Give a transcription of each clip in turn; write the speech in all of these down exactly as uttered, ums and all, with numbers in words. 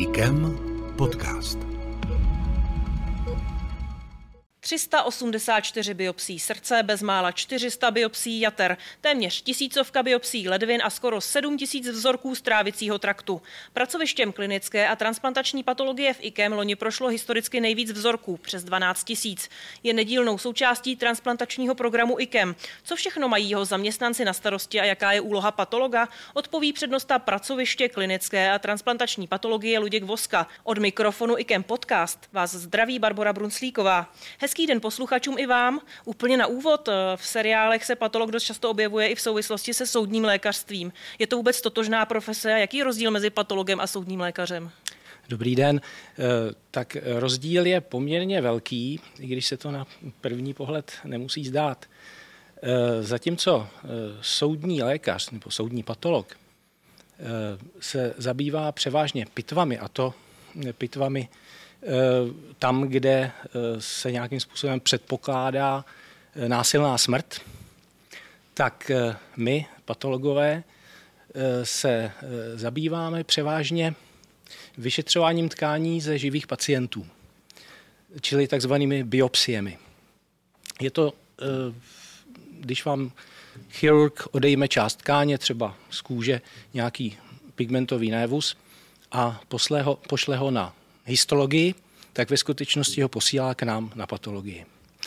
IKEM podcast. tři sta osmdesát čtyři biopsií srdce, bezmála čtyři sta biopsií jater, téměř tisícovka biopsií ledvin a skoro sedm tisíc vzorků z trávicího traktu. Pracovištěm klinické a transplantační patologie v IKEM loni prošlo historicky nejvíc vzorků, přes dvanáct tisíc. Je nedílnou součástí transplantačního programu IKEM. Co všechno mají jeho zaměstnanci na starosti a jaká je úloha patologa, odpoví přednosta pracoviště klinické a transplantační patologie Luděk Voska. Od mikrofonu IKEM podcast vás zdraví Barbora Brunslíková. Hezký den posluchačům i vám. Úplně na úvod, v seriálech se patolog dost často objevuje i v souvislosti se soudním lékařstvím. Je to vůbec totožná profese? Jaký je rozdíl mezi patologem a soudním lékařem? Dobrý den. Tak rozdíl je poměrně velký, i když se to na první pohled nemusí zdát. Zatímco soudní lékař nebo soudní patolog se zabývá převážně pitvami, a to pitvami tam, kde se nějakým způsobem předpokládá násilná smrt, tak my, patologové, se zabýváme převážně vyšetřováním tkání ze živých pacientů, čili takzvanými biopsiemi. Je to, když vám chirurg odejme část tkáně, třeba z kůže nějaký pigmentový névus a pošle ho, pošle ho na histologii, tak ve skutečnosti ho posílá k nám na patologii.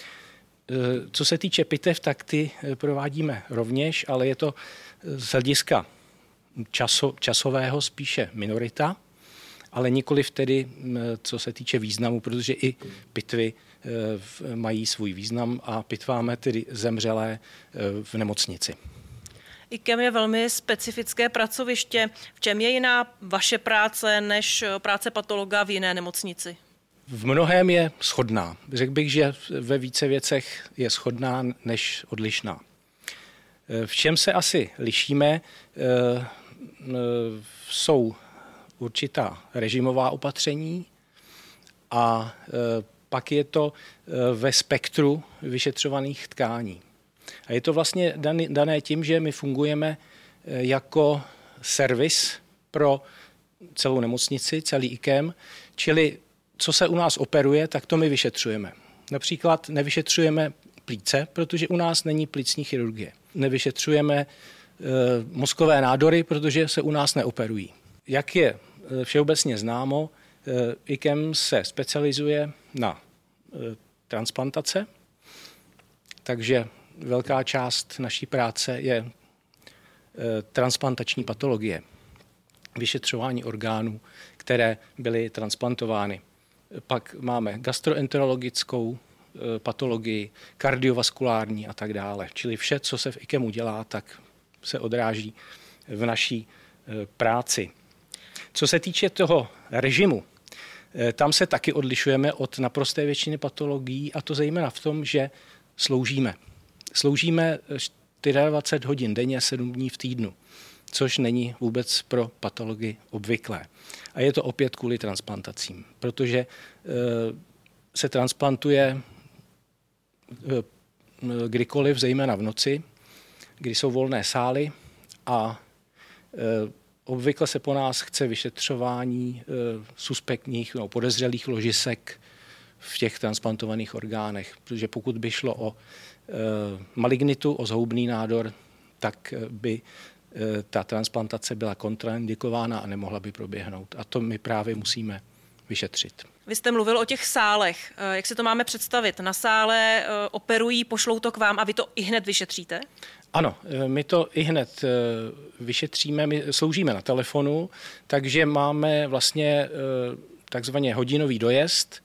Co se týče pitev, tak ty provádíme rovněž, ale je to z hlediska časo, časového spíše minorita, ale nikoliv tedy, co se týče významu, protože i pitvy mají svůj význam a pitváme tedy zemřelé v nemocnici. IKEM je velmi specifické pracoviště. V čem je jiná vaše práce než práce patologa v jiné nemocnici? V mnohém je shodná. Řekl bych, že ve více věcech je shodná než odlišná. V čem se asi lišíme, jsou určitá režimová opatření a pak je to ve spektru vyšetřovaných tkání. A je to vlastně dané tím, že my fungujeme jako servis pro celou nemocnici, celý IKEM, čili co se u nás operuje, tak to my vyšetřujeme. Například nevyšetřujeme plíce, protože u nás není plicní chirurgie. Nevyšetřujeme e, mozkové nádory, protože se u nás neoperují. Jak je všeobecně známo, e, IKEM se specializuje na e, transplantace, takže velká část naší práce je e, transplantační patologie, vyšetřování orgánů, které byly transplantovány. Pak máme gastroenterologickou e, patologii, kardiovaskulární a tak dále. Čili vše, co se v IKEMu dělá, tak se odráží v naší e, práci. Co se týče toho režimu, e, tam se taky odlišujeme od naprosté většiny patologií, a to zejména v tom, že sloužíme. Sloužíme dvacet čtyři hodin denně, sedm dní v týdnu, což není vůbec pro patologii obvyklé. A je to opět kvůli transplantacím, protože e, se transplantuje e, kdykoliv, zejména v noci, kdy jsou volné sály a e, obvykle se po nás chce vyšetřování e, suspektních no, podezřelých ložisek v těch transplantovaných orgánech, protože pokud by šlo o e, malignitu, o zhoubný nádor, tak by e, ta transplantace byla kontraindikována a nemohla by proběhnout. A to my právě musíme vyšetřit. Vy jste mluvil o těch sálech. Jak si to máme představit? Na sále operují, pošlou to k vám a vy to i hned vyšetříte? Ano, my to i hned vyšetříme, my sloužíme na telefonu, takže máme vlastně takzvaně hodinový dojezd.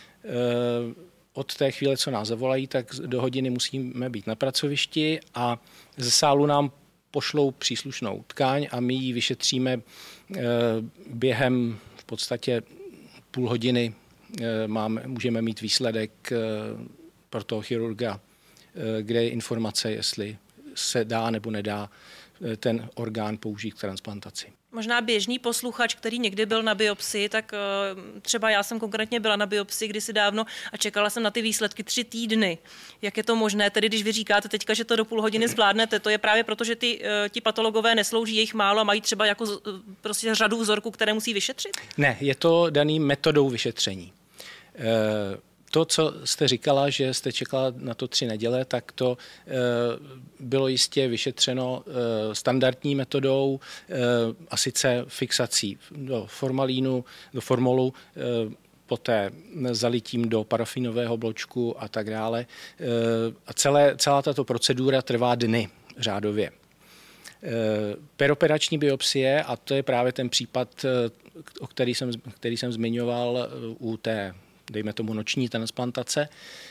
Od té chvíle, co nás zavolají, tak do hodiny musíme být na pracovišti a ze sálu nám pošlou příslušnou tkáň a my ji vyšetříme během v podstatě půl hodiny. Máme, můžeme mít výsledek pro toho chirurga, kde je informace, jestli se dá nebo nedá ten orgán použít k transplantaci. Možná běžný posluchač, který někdy byl na biopsii, tak třeba já jsem konkrétně byla na biopsii kdysi dávno a čekala jsem na ty výsledky tři týdny. Jak je to možné? Tedy když vy říkáte teďka, že to do půl hodiny zvládnete, to je právě proto, že ty, ti patologové neslouží, jejich málo a mají třeba jako prostě řadu vzorků, které musí vyšetřit? Ne, je to daný metodou vyšetření. E- To, co jste říkala, že jste čekala na to tři neděle, tak to e, bylo jistě vyšetřeno e, standardní metodou, e, a sice fixací do formalínu, do formolu, e, poté zalitím do parafinového bločku a tak dále. E, a celé, celá tato procedura trvá dny řádově. E, peroperační biopsie, a to je právě ten případ, o který jsem, který jsem zmiňoval u té, dejme tomu noční transplantace,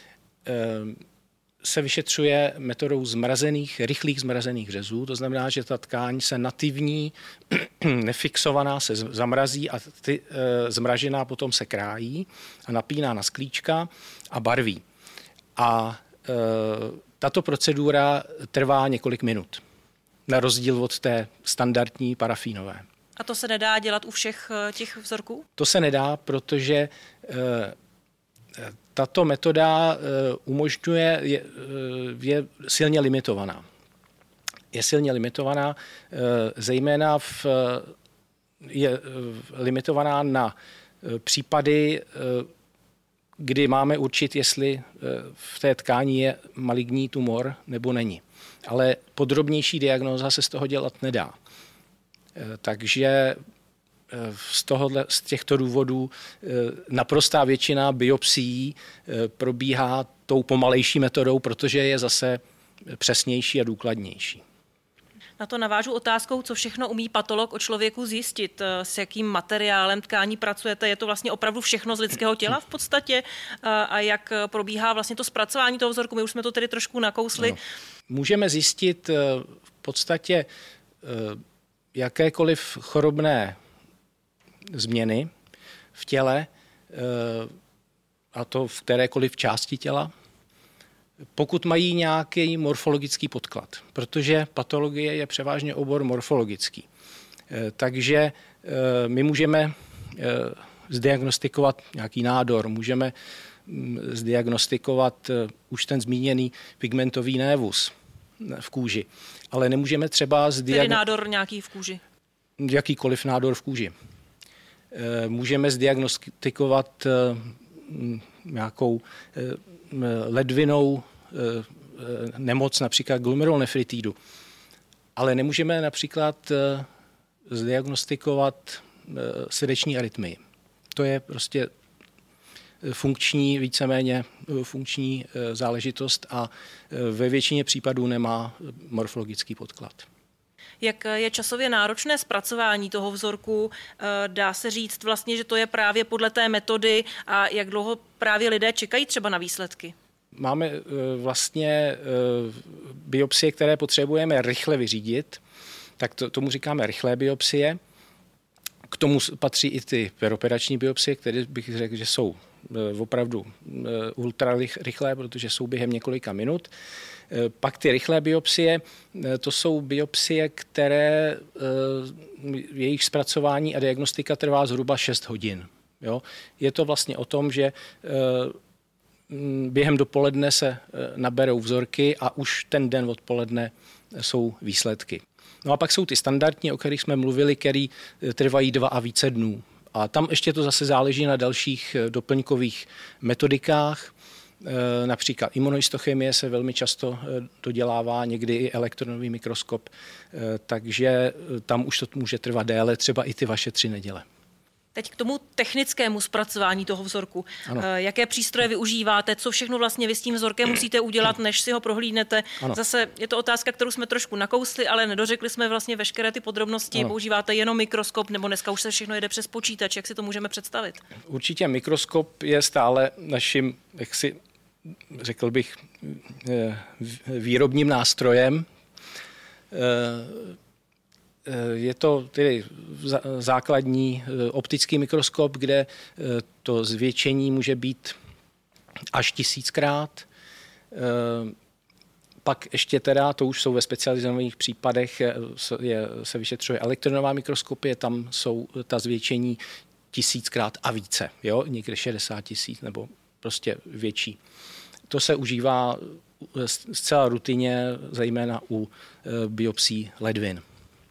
se vyšetřuje metodou zmrazených, rychlých zmrazených řezů. To znamená, že ta tkáň se nativní, nefixovaná, se zamrazí a ty, e, zmražená potom se krájí a napíná na sklíčka a barví. A e, tato procedura trvá několik minut, na rozdíl od té standardní parafínové. A to se nedá dělat u všech těch vzorků? To se nedá, protože e, tato metoda umožňuje, je, je silně limitovaná. Je silně limitovaná, zejména v, je limitovaná na případy, kdy máme určit, jestli v té tkání je maligní tumor nebo není. Ale podrobnější diagnóza se z toho dělat nedá. Takže Z, tohohle, z těchto důvodů naprostá většina biopsií probíhá tou pomalejší metodou, protože je zase přesnější a důkladnější. Na to navážu otázkou, co všechno umí patolog o člověku zjistit, s jakým materiálem tkání pracujete. Je to vlastně opravdu všechno z lidského těla v podstatě a jak probíhá vlastně to zpracování toho vzorku? My už jsme to tedy trošku nakousli. No. Můžeme zjistit v podstatě jakékoliv chorobné změny v těle, a to v kterékoliv části těla, pokud mají nějaký morfologický podklad, protože patologie je převážně obor morfologický. Takže my můžeme zdiagnostikovat nějaký nádor, můžeme zdiagnostikovat už ten zmíněný pigmentový névus v kůži, ale nemůžeme třeba zdiagnostikovat... Tedy nádor nějaký v kůži? Jakýkoliv nádor v kůži. Můžeme zdiagnostikovat nějakou ledvinou nemoc, například glomerulonefritidu, ale nemůžeme například zdiagnostikovat srdeční arytmii. To je prostě funkční, víceméně funkční záležitost a ve většině případů nemá morfologický podklad. Jak je časově náročné zpracování toho vzorku? Dá se říct vlastně, že to je právě podle té metody a jak dlouho právě lidé čekají třeba na výsledky? Máme vlastně biopsie, které potřebujeme rychle vyřídit, tak to, tomu říkáme rychlé biopsie. K tomu patří i ty peroperační biopsie, které bych řekl, že jsou opravdu ultra rychlé, protože jsou během několika minut. Pak ty rychlé biopsie, to jsou biopsie, které jejich zpracování a diagnostika trvá zhruba šest hodin. Jo? Je to vlastně o tom, že během dopoledne se naberou vzorky a už ten den odpoledne jsou výsledky. No a pak jsou ty standardní, o kterých jsme mluvili, které trvají dva a více dnů. A tam ještě to zase záleží na dalších doplňkových metodikách. Například imunohistochemie se velmi často dodělává, někdy i elektronový mikroskop, takže tam už to může trvat déle, třeba i ty vaše tři neděle. Teď k tomu technickému zpracování toho vzorku. Ano. Jaké přístroje využíváte, co všechno vlastně vy s tím vzorkem musíte udělat, než si ho prohlídnete? Ano. Zase je to otázka, kterou jsme trošku nakousli, ale nedořekli jsme vlastně veškeré ty podrobnosti. Ano. Používáte jenom mikroskop, nebo dneska už se všechno jede přes počítač? Jak si to můžeme představit? Určitě mikroskop je stále naším, jak si řekl bych, výrobním nástrojem. Je to tedy základní optický mikroskop, kde to zvětšení může být až tisíckrát. Pak ještě teda, to už jsou ve specializovaných případech, je, se vyšetřuje elektronová mikroskopie, tam jsou ta zvětšení tisíckrát a více, jo? Někde šedesát tisíc nebo prostě větší. To se užívá zcela rutině, zejména u biopsí ledvin.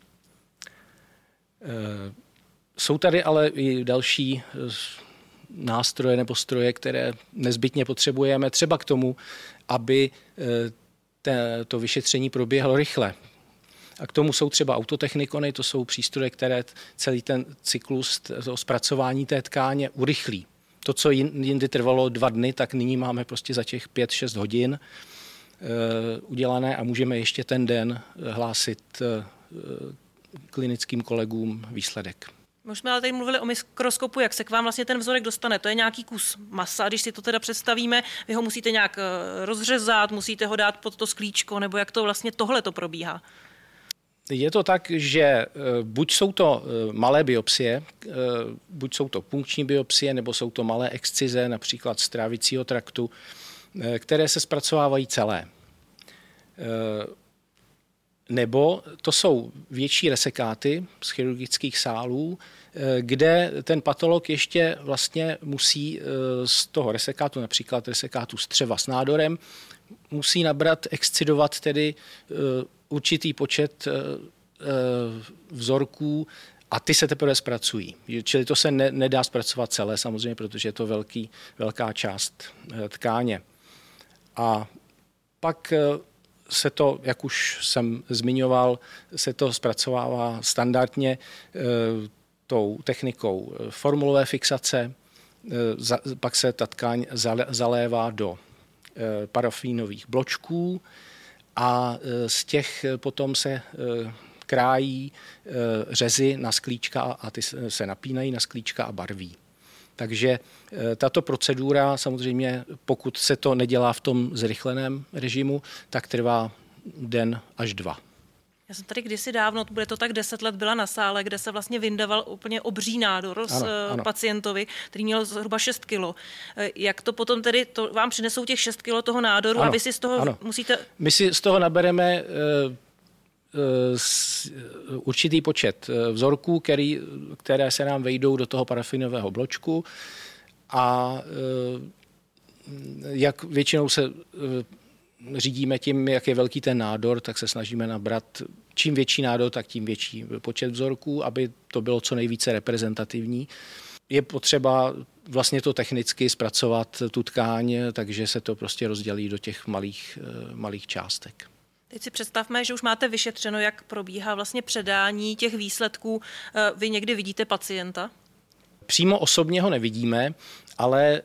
Jsou tady ale i další nástroje nebo stroje, které nezbytně potřebujeme, třeba k tomu, aby to vyšetření proběhlo rychle. A k tomu jsou třeba autotechnikony, to jsou přístroje, které celý ten cyklus toho zpracování té tkáně urychlí. To, co jindy trvalo dva dny, tak nyní máme prostě za těch pět šest hodin udělané a můžeme ještě ten den hlásit klinickým kolegům výsledek. My jsme ale tady mluvili o mikroskopu, jak se k vám vlastně ten vzorek dostane. To je nějaký kus masa, když si to teda představíme, vy ho musíte nějak rozřezat, musíte ho dát pod to sklíčko, nebo jak to vlastně tohle to probíhá? Je to tak, že buď jsou to malé biopsie, buď jsou to punkční biopsie, nebo jsou to malé excize, například z trávicího traktu, které se zpracovávají celé. Nebo to jsou větší resekáty z chirurgických sálů, kde ten patolog ještě vlastně musí z toho resekátu, například resekátu střeva s nádorem, musí nabrat, excidovat tedy určitý počet vzorků a ty se teprve zpracují. Čili to se ne, nedá zpracovat celé samozřejmě, protože je to velký, velká část tkáně. A pak se to, jak už jsem zmiňoval, se to zpracovává standardně tou technikou formulové fixace, pak se ta tkáň zalévá do parafínových bločků a z těch potom se krájí řezy na sklíčka a ty se napínají na sklíčka a barví. Takže tato procedura samozřejmě, pokud se to nedělá v tom zrychleném režimu, tak trvá den až dva. Já jsem tady kdysi dávno, bude to tak deset let, byla na sále, kde se vlastně vyndaval úplně obří nádor z pacientovi, který měl zhruba šest kilo. Jak to potom tedy, to vám přinesou těch šest kilo toho nádoru ano, a vy si z toho ano. musíte... My si z toho nabereme určitý počet vzorků, který, které se nám vejdou do toho parafinového bločku a jak většinou se řídíme tím, jak je velký ten nádor, tak se snažíme nabrat čím větší nádor, tak tím větší počet vzorků, aby to bylo co nejvíce reprezentativní. Je potřeba vlastně to technicky zpracovat tu tkáň, takže se to prostě rozdělí do těch malých, malých částek. Teď si představme, že už máte vyšetřeno, jak probíhá vlastně předání těch výsledků. Vy někdy vidíte pacienta? Přímo osobně ho nevidíme, ale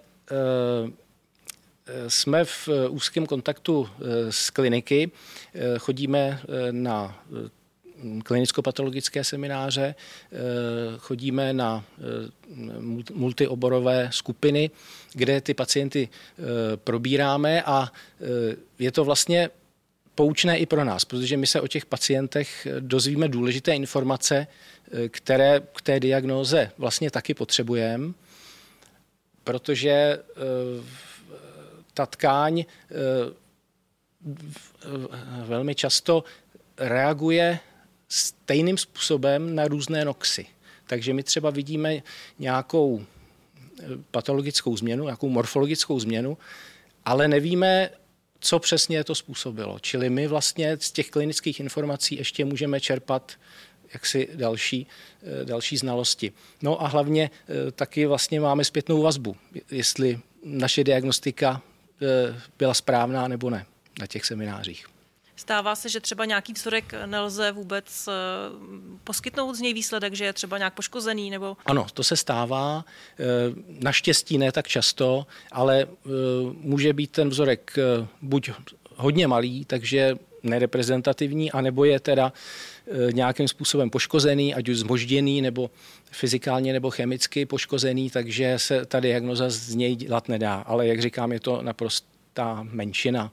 jsme v úzkém kontaktu s kliniky, chodíme na klinicko-patologické semináře, chodíme na multioborové skupiny, kde ty pacienty probíráme a je to vlastně poučné i pro nás, protože my se o těch pacientech dozvíme důležité informace, které k té diagnóze vlastně taky potřebujeme, protože ta tkáň velmi často reaguje stejným způsobem na různé noxy. Takže my třeba vidíme nějakou patologickou změnu, nějakou morfologickou změnu, ale nevíme, co přesně to způsobilo. Čili my vlastně z těch klinických informací ještě můžeme čerpat jaksi další, další znalosti. No a hlavně taky vlastně máme zpětnou vazbu, jestli naše diagnostika byla správná nebo ne na těch seminářích. Stává se, že třeba nějaký vzorek nelze vůbec poskytnout z něj výsledek, že je třeba nějak poškozený? Nebo... Ano, to se stává. Naštěstí ne tak často, ale může být ten vzorek buď hodně malý, takže nereprezentativní, anebo je teda nějakým způsobem poškozený, ať už zmožděný, nebo fyzikálně nebo chemicky poškozený, takže se ta diagnoza z něj dělat nedá. Ale jak říkám, je to naprostá menšina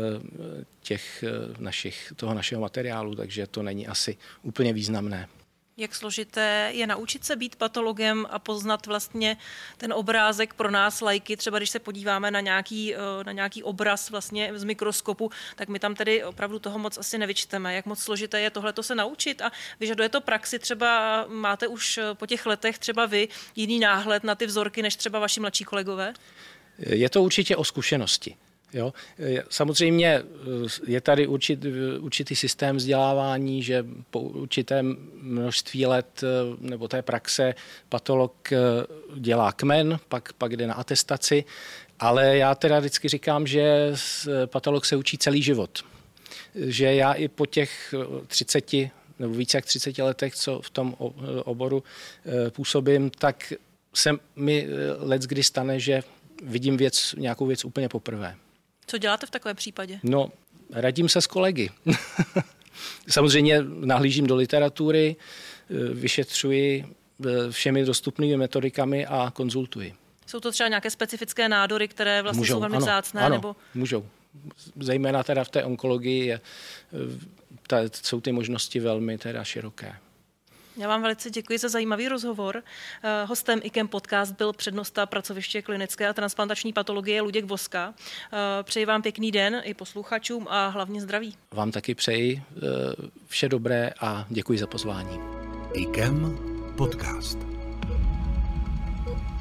těch našich, toho našeho materiálu, takže to není asi úplně významné. Jak složité je naučit se být patologem a poznat vlastně ten obrázek pro nás laiky. Třeba když se podíváme na nějaký, na nějaký obraz vlastně z mikroskopu, tak my tam tedy opravdu toho moc asi nevyčteme. Jak moc složité je tohleto se naučit a vyžaduje to praxi. Třeba máte už po těch letech třeba vy jiný náhled na ty vzorky, než třeba vaši mladší kolegové? Je to určitě o zkušenosti. Jo. Samozřejmě je tady určit, určitý systém vzdělávání, že po určitém množství let nebo té praxe patolog dělá kmen, pak, pak jde na atestaci, ale já teda vždycky říkám, že patolog se učí celý život. Že já i po těch třiceti nebo více jak třiceti letech, co v tom oboru působím, tak se mi leckdy stane, že vidím věc, nějakou věc úplně poprvé. Co děláte v takovém případě? No, radím se s kolegy. Samozřejmě nahlížím do literatury, vyšetřuji všemi dostupnými metodikami a konzultuji. Jsou to třeba nějaké specifické nádory, které vlastně můžou, jsou velmi ano, vzácné? Ano, nebo... můžou. Zejména teda v té onkologii je, ta, jsou ty možnosti velmi teda široké. Já vám velice děkuji za zajímavý rozhovor. Hostem I K E M Podcast byl přednosta pracoviště klinické a transplantační patologie Luděk Voska. Přeji vám pěkný den i posluchačům a hlavně zdraví. Vám taky přeji vše dobré a děkuji za pozvání. I K E M Podcast.